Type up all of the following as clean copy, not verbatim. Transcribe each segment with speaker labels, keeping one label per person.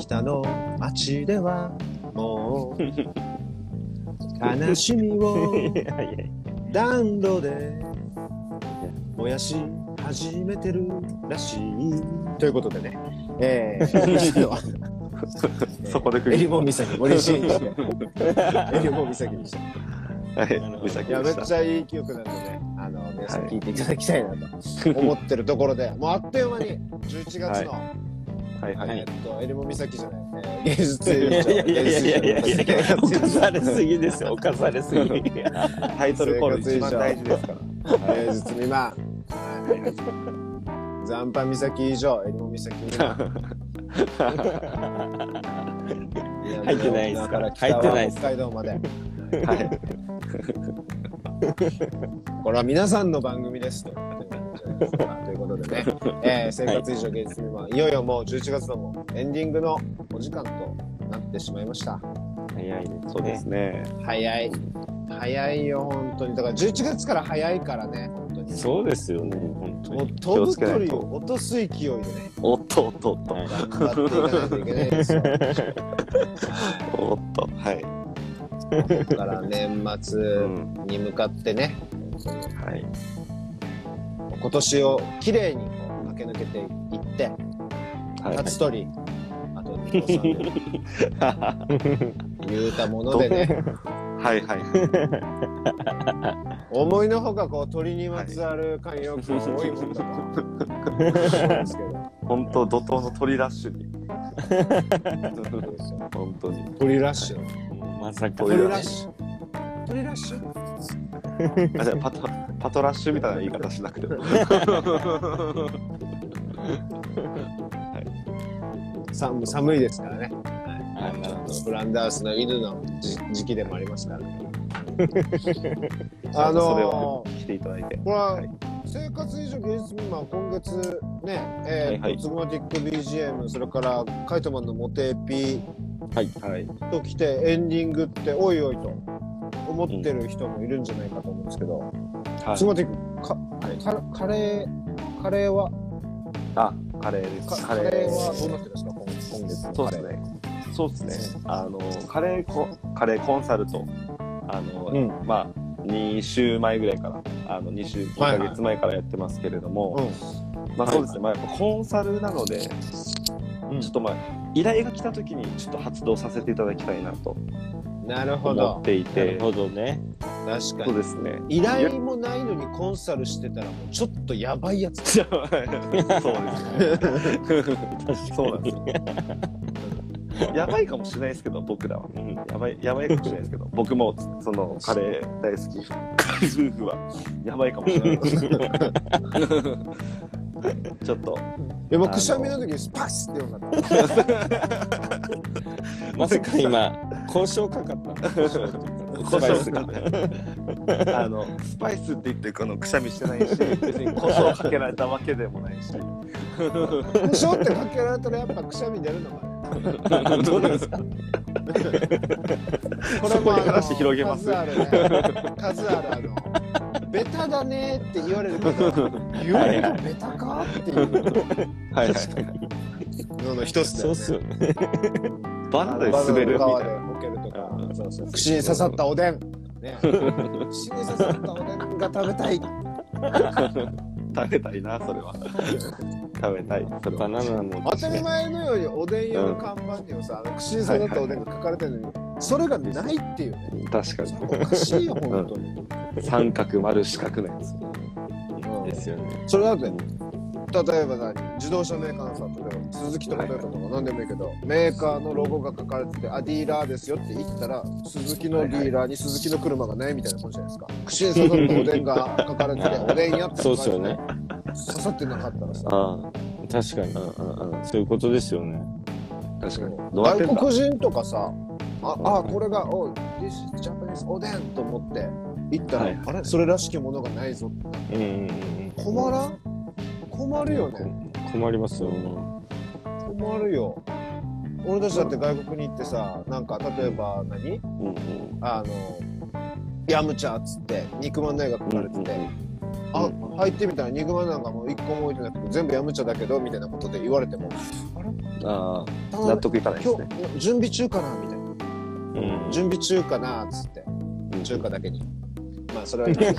Speaker 1: 北の街ではもう悲しみを暖炉で燃やし始めてるらしいということでね、
Speaker 2: そこで
Speaker 1: えりも岬森進一でえりも岬でした。
Speaker 2: はい、
Speaker 1: いやめっちゃいい記憶なので、皆さん聞いていただきたいなと思ってるところで、もうあっという間に11月の、えりも岬じゃない、芸術
Speaker 3: いや犯されすぎですよ、犯されすぎ。
Speaker 2: タイトルコール一番大事ですから。
Speaker 1: 芸術未満、残波岬以上、えりも岬未満。
Speaker 3: 入ってないですから。
Speaker 1: 入ってないです。北海道まで。はい。これは皆さんの番組ですと。ということでね、生活以上芸術未満、いよいよもう11月のもエンディングのお時間となってしまいました。
Speaker 3: 早いですね。
Speaker 2: そうですね。
Speaker 1: 早いよ本当に。だから11月から早いからね。
Speaker 3: そうですよね、本当に。
Speaker 1: もう飛ぶ鳥を落とす勢いでね。
Speaker 2: おっと。
Speaker 1: 頑張っていかないといけないですよ。
Speaker 2: おっと、はい。
Speaker 1: だから年末に向かってね、
Speaker 2: はい。
Speaker 1: 今年をきれいにこう駆け抜けていって、立つ鳥、あと2さんで言うたものでね。
Speaker 2: はい。
Speaker 1: 思いのほかこう鳥にまつわる慣用句が多いもんだと思うんですけど。
Speaker 2: 本当怒涛の鳥ラッシュに。本当に。
Speaker 1: 鳥ラッシュ。
Speaker 3: まさか
Speaker 1: 鳥ラッシュ。鳥ラッシュ。
Speaker 2: じゃあパトラッシュみたいな言い方しなくても。
Speaker 1: 寒いですからね。フランダースの犬の時期でもありますから。
Speaker 2: それは来ていただいて。
Speaker 1: これは生活以上芸術未満、今月ね、ツグマティック BGM、それからカイトマンのモテエピと来てエンディングっておいおいと思ってる人もいるんじゃないかと思うんですけど、ツグマティックカレーは
Speaker 2: カレーです。
Speaker 1: カレーはどうなってるんですか今月のカレー。
Speaker 2: そうですね。カレーコンサルト、まあ2週前ぐらいから2ヶ月前からやってますけれども、まあそうですね。まあやっぱコンサルなので、ちょっとまあ依頼が来た時にちょっと発動させていただきたいなと思っていて。
Speaker 3: なるほどね。
Speaker 1: 確かに。
Speaker 2: そうですね。
Speaker 1: 依頼もないのにコンサルしてたらもうちょっとやばいやつ。
Speaker 2: そうですね。そうなんですよ。やばいかもしれないですけど、僕らは。やばいかもしれないですけど、僕もそのカレー大好き夫婦はやばいかもしれないですけど。ちょっと。
Speaker 1: でもくしゃみの時にスパスってよかった。
Speaker 3: まさか今交渉かかった。
Speaker 2: スパイスがスパイスって言ってこのくしゃみしてないし、別に胡椒かけられたわけでもないし。胡
Speaker 1: 椒ってかけられたらやっぱくしゃみ出るのかね。
Speaker 3: どうなんですか。こ
Speaker 2: れも話広げます。
Speaker 1: 数あるベタだねって言われるけど、言われるベタかっていう。
Speaker 2: はい。
Speaker 1: の一つだよね。そうっすよね。
Speaker 2: バナナで滑るみたいな。
Speaker 1: ボケるとか、串に刺さったおでん。串に刺さったおでんが食べたい。
Speaker 2: 食べたいな、それは。食べたい。
Speaker 3: バナナも
Speaker 1: 当たり前のようにおでん屋の看板にはさ、串に刺さったおでんが書かれてるのに、それがないっていうね。
Speaker 2: 確かに。
Speaker 1: おかしいよ、本当に。
Speaker 2: 三角丸四角のやつ。
Speaker 3: ですよね。
Speaker 1: それだって、例えば自動車メーカーのさ、例えばスズキとかトヨタとか何でもいいけど、メーカーのロゴが書かれてて、ディーラーですよって言ったら、スズキのディーラーにスズキの車がないみたいなことじゃないですか。串に刺さったおでんが書かれてて、おでんやって
Speaker 3: そうですよね。
Speaker 1: 刺さってなかったらさ。
Speaker 3: 確かに。そういうことですよね。
Speaker 2: 確かに。
Speaker 1: 外国人とかさ、これが、This is Japanese おでんと思って行ったら、あれそれらしきものがないぞって。困るよね。
Speaker 3: 困りますよね。
Speaker 1: 困るよ。俺たちだって外国に行ってさ、なんか例えばヤムチャっつって肉まんの絵が描かれてて、入ってみたら肉まんなんかもう一個も置いてなくて全部ヤムチャだけどみたいなことで言われても、あ
Speaker 2: ああ、納得いかないですね。
Speaker 1: 今日準備中かなみたいな。準備中かなっつって、中華だけに。まあそれはいいです。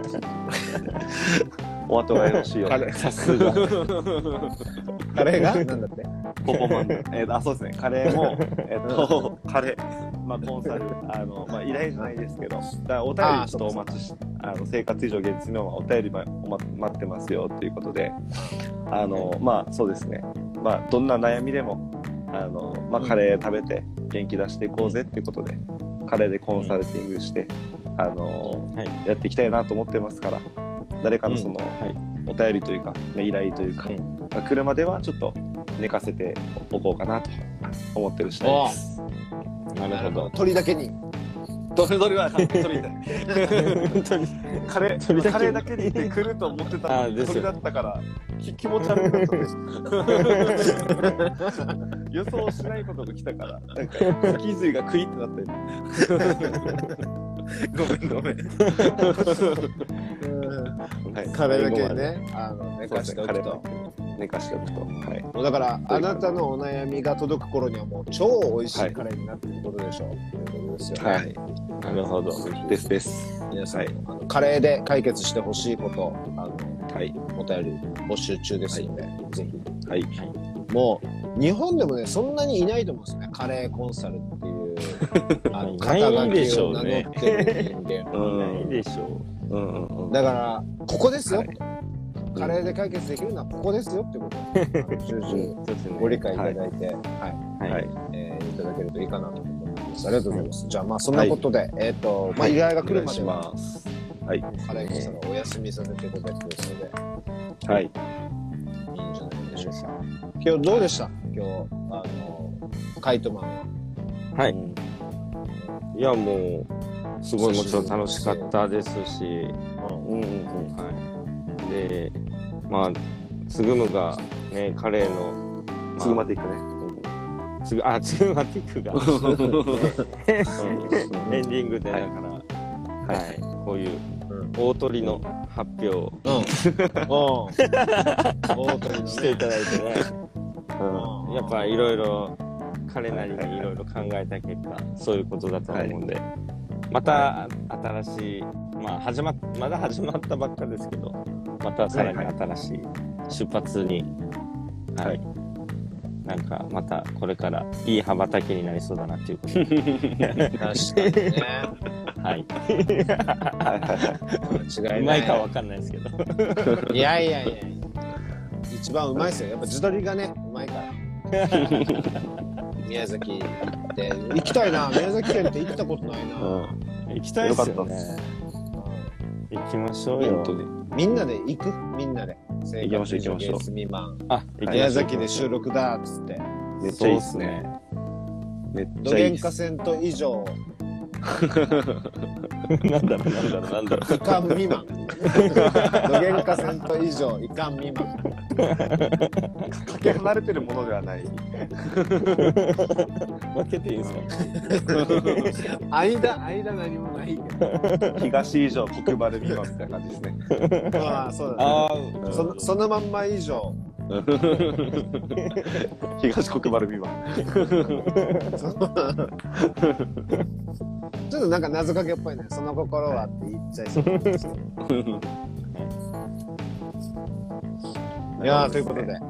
Speaker 2: お後がよろしいよ。
Speaker 3: さすが。
Speaker 1: カレーがなんだって。
Speaker 2: ポポマン。そうですね。カレーもカレー、まあコンサルまあ依頼じゃないですけど、だからお便りちょっとお待ちし、生活以上現実のお便り待ってますよということで、まあそうですね。まあどんな悩みでもまあカレー食べて元気出していこうぜっていうことで、カレーでコンサルティングして。やっていきたいなと思ってますから、誰かのその、お便りというか、依頼というか、来るまではちょっと寝かせておこうかなと思ってる次第です。
Speaker 3: なるほど。
Speaker 1: 鳥だけに。
Speaker 2: 鳥は鳥だ。カレーだけにって来ると思ってたのに鳥だったから気持ち悪くなったんです。予想しないことが来たからなんか脊髄がクイってなって。ごめん。
Speaker 1: カレーだけね、寝かしておくと。もうだからあなたのお悩みが届く頃にはもう超美味しいカレーになっていることでしょう。ということですよね。
Speaker 3: はい。なるほど。
Speaker 2: です。
Speaker 1: 皆さん、カレーで解決してほしいこと、お便り募集中ですので、ぜひ。もう日本でもね、そんなにいないと思うんですよね。カレーコンサルっていう肩書きを名乗ってる人間。
Speaker 3: ないでしょ
Speaker 1: う。だからここですよ。カレーで解決できるのはここですよってことを重々ご理解いただいて、いただけるといいかなと思います。ありがとうございます。じゃあまあそんなことで、まあ依頼が来るまではカレーコンサルをお休みさせていただきますので、いいんじゃないでしょうか。今日どうでした？今日カイトマンは。
Speaker 3: いやもうすごいもちろん楽しかったですし、でまあつぐむがねカレーの
Speaker 2: つぐまティックね。
Speaker 3: つぐまティックがエンディングでだからこういう大鳥の発表をしていただいてね。やっぱいろいろ彼なりにいろいろ考えた結果そういうことだと思うんで、また新しいまだ始まったばっかですけど、またさらに新しい出発になんかまたこれからいい羽ばたきになりそうだなっていうことで。
Speaker 1: 確かにね。
Speaker 3: 間違いない。うまいかわかんないですけど。
Speaker 1: いや一番うまいですよ。やっぱ地鶏がねうまいから。宮崎って行きたいな。宮崎県って行ったことないな。
Speaker 3: 行きたいですよね。行きましょうよ。
Speaker 1: みんなで行く？みんなで。
Speaker 2: 行きましょう。
Speaker 1: 未満。宮崎で収録だっつって。
Speaker 2: めっちゃいいっすね。
Speaker 1: どげんかせんと以上。
Speaker 3: なんだろう。
Speaker 1: いかん未満。どげんかせんと以上いかん未満。
Speaker 2: かけ離れてるものではない。
Speaker 3: 分けていいんです
Speaker 1: か？間何もないけど。
Speaker 2: 東以上国丸未満みたいな感じですね。
Speaker 1: まあそうだね。そのまんま以上。
Speaker 2: 東国丸未満。
Speaker 1: ちょっとなんか謎かけっぽいね。その心はって言っちゃいそうなんですけど。いやということで。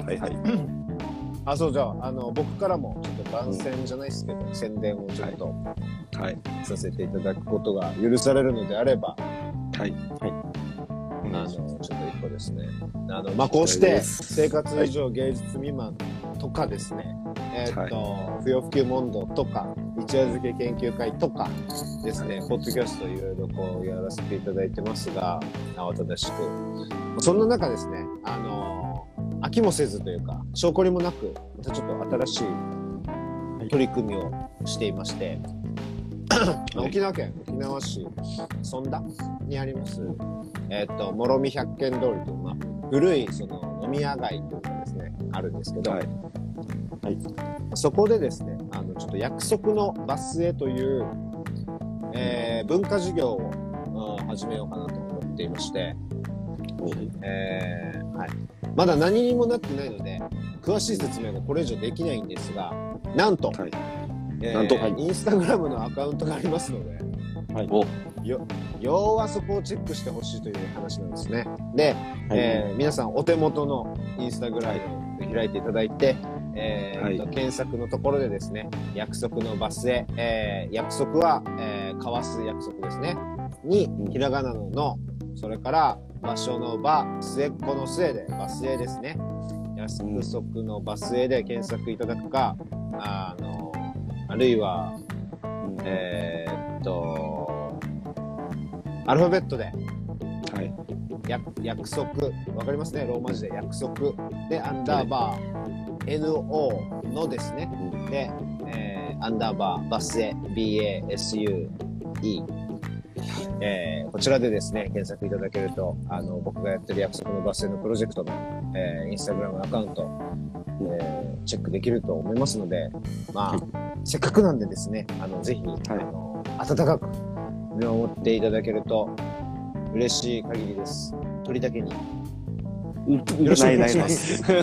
Speaker 1: そうじゃあ僕からもちょっと番宣じゃないですけど、宣伝をちょっとさせていただくことが許されるのであれば、ちょっと一個ですね。まあこうして生活以上芸術未満とかですね、不要不急問答とか一夜漬け研究会とかですね、ポッドキャストいろいろこうやらせていただいてますが、慌ただしくそんな中ですね、飽きもせずというか証拠りもなくまたちょっと新しい取り組みをしていまして、沖縄県沖縄市尊田にあります諸見百軒通りという、まあ、古いその飲み屋街というかですねあるんですけど、そこでですねちょっと約束のバスへという、文化事業を始めようかなと思っていまして、まだ何にもなってないので詳しい説明がこれ以上できないんですが、なんと、
Speaker 2: なんと
Speaker 1: インスタグラムのアカウントがありますので、要はそこをチェックしてほしいという話なんですね。で、皆さんお手元のインスタグラムを開いていただいて、検索のところでですね、約束のバスへ、約束は、交わす約束ですね。に、ひらがなのの、それから場所の場、末っ子の末でバスへですね。約束のバスへで検索いただくか、あるいは、アルファベットで、約束、わかりますね、ローマ字で約束で、アンダーバー、NO のですね、で、アンダーバー、バスへ、BASUE、こちらでですね、検索いただけると、僕がやってる約束のバスへのプロジェクトの、インスタグラムアカウント、チェックできると思いますので、まあ、せっかくなんでですね、ぜひ、温かく見守っていただけると嬉しい限りです。鳥だけに。よろしくお願いします。
Speaker 2: ない。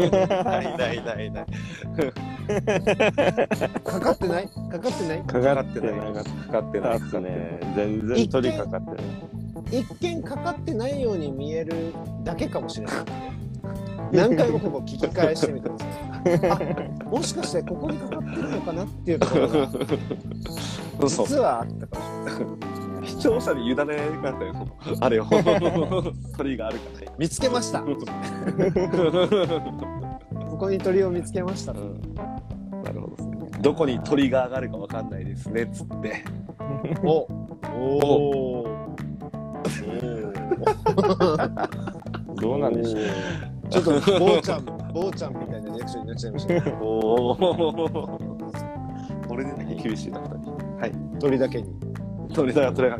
Speaker 1: かかってない
Speaker 3: かかってないですね。全然鳥かかってない。
Speaker 1: 一見かかってないように見えるだけかもしれない。何回もここ聞き返してみてください。あ、もしかしてここにかかってるのかなっていうところが実はあったかもしれない。
Speaker 2: 視聴者に委ねなかったよ。あれよ。鳥があるから。
Speaker 1: 見つけました。ここに鳥を見つけました。
Speaker 2: なるほどですね。どこに鳥が上がるかわかんないですね。つって。
Speaker 1: お。
Speaker 3: どうなんでしょう。
Speaker 1: ちょっと坊ちゃんみたいなリアクションになっちゃいましたね。
Speaker 2: これでね、厳しいな、2人。はい。
Speaker 1: 鳥だけに。
Speaker 2: 鳥関係ない。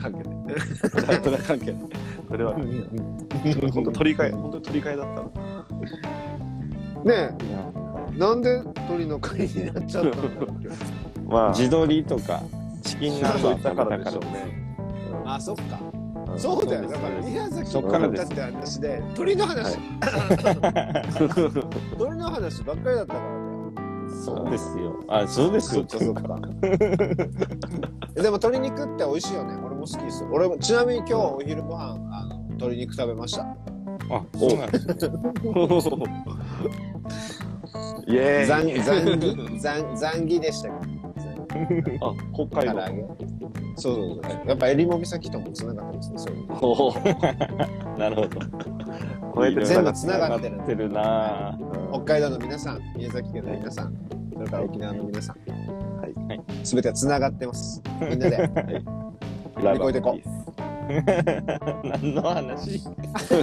Speaker 2: これは、本当鳥飼いだったの。
Speaker 1: ねえ、なんで鳥の会になっちゃったんだろう。
Speaker 3: まあ、地鶏とか、チキンナンバー
Speaker 2: だからでしょうね。
Speaker 1: あ、そっか。そうだよ。だから宮崎からだって話で鳥の話鳥の話ばっかりだったからね。
Speaker 3: そうですよ。あ、そうですよ。
Speaker 1: そっか。でも鶏肉って美味しいよね。俺も好きですよ。俺もちなみに今日お昼ご飯鶏肉食べました。
Speaker 3: あ、そうなんですね。
Speaker 2: イエー
Speaker 1: イ。ザンギでしたっけ。
Speaker 2: あ、北海道。
Speaker 1: そう。やっぱ襟裳岬ともつながってますね。そういう。
Speaker 3: なるほど。
Speaker 1: 全部つながってる
Speaker 3: な。
Speaker 1: 北海道の皆さん、宮崎県の皆さん、それから沖縄の皆さん、すべてつながってます。みんなで乗り越えていこう。
Speaker 3: 何の話？
Speaker 1: じ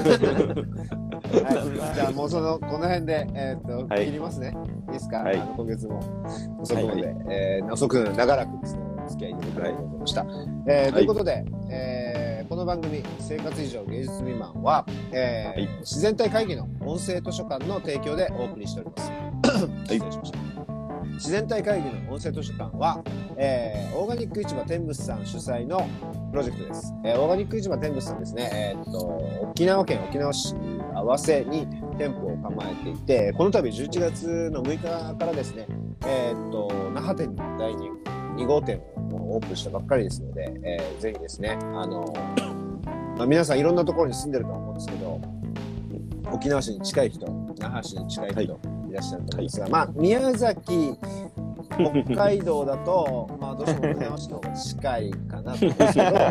Speaker 1: ゃあもうこの辺で切りますね。いいですか？今月も遅くまで遅く長らくですねお付き合いいただきありがとうございました。ということでこの番組生活以上芸術未満は自然体会議の音声図書館の提供でお送りしております。失礼しました。自然体会議の音声図書館は、オーガニック市場天物さん主催のプロジェクトです。オーガニック市場天物さんですね、沖縄県沖縄市合わせに店舗を構えていて、この度11月の6日からですね、那覇店に第2号店をオープンしたばっかりですので、ぜひですね、皆さんいろんなところに住んでると思うんですけど、沖縄市に近い人、那覇市に近い人、いらっしゃると思うんですが、まあ、宮崎、北海道だと、まあ、どうしても沖縄市の方が近いかなと思うんですけど、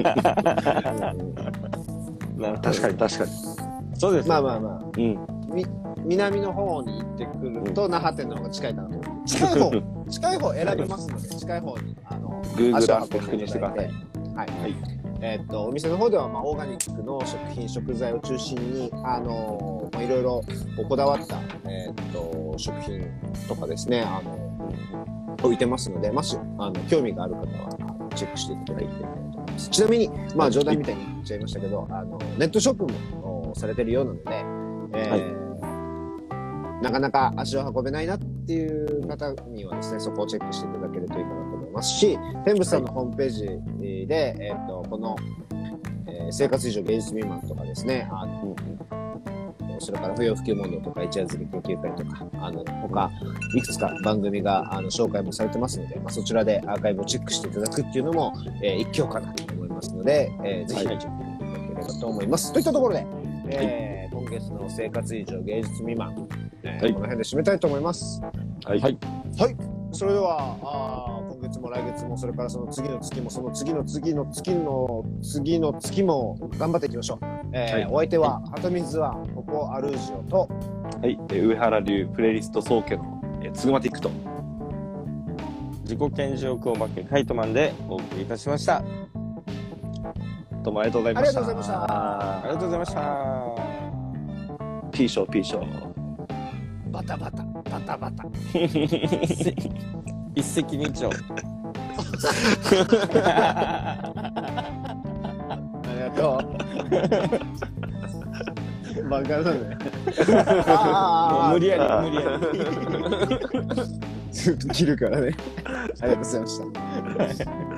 Speaker 2: 確かに。
Speaker 3: そうです。
Speaker 1: まあ、南の方に行ってくると、那覇店の方が近いかなと思う。近い方選びますので、近い方に、
Speaker 2: Google アップ確認してください。
Speaker 1: はい。お店の方では、オーガニックの食品、食材を中心に、いろいろこだわった、食品とかですね、置いてますので、もし、興味がある方は、チェックしていただいていきたいと思います。ちなみに、冗談みたいに言っちゃいましたけど、ネットショップもされてるようなので、なかなか足を運べないなっていう方にはですね、そこをチェックしていただけるといいかなと思いますし、天物さんのホームページで、この、生活以上芸術未満とかですね、 それから不要不急問答とか一夜漬け研究会とか、他、いくつか番組が紹介もされてますので、そちらでアーカイブをチェックしていただくっていうのも、一興かなと思いますので、ぜひチェックしていただければと思います。といったところで、今月の生活以上芸術未満、この辺で締めたいと思います。はい。それでは、今月も来月も、それからその次の月も、その次の次の月の次の月も頑張っていきましょう。お相手は、はとみずは、ここアルージオと、
Speaker 2: 上原流プレイリスト総家のつぐまティックと、
Speaker 3: 自己顕示欲お化けカイトマンでお送りいたしました。
Speaker 2: どうもありがとうございました。
Speaker 3: ありがとうございました。
Speaker 2: ピーショーピーショー。
Speaker 1: バタバタバタバタ。
Speaker 3: 一石二鳥。
Speaker 1: ありがとう。バカだね。
Speaker 3: 無理やり。
Speaker 1: ずっと切るからね。ありがとうございました。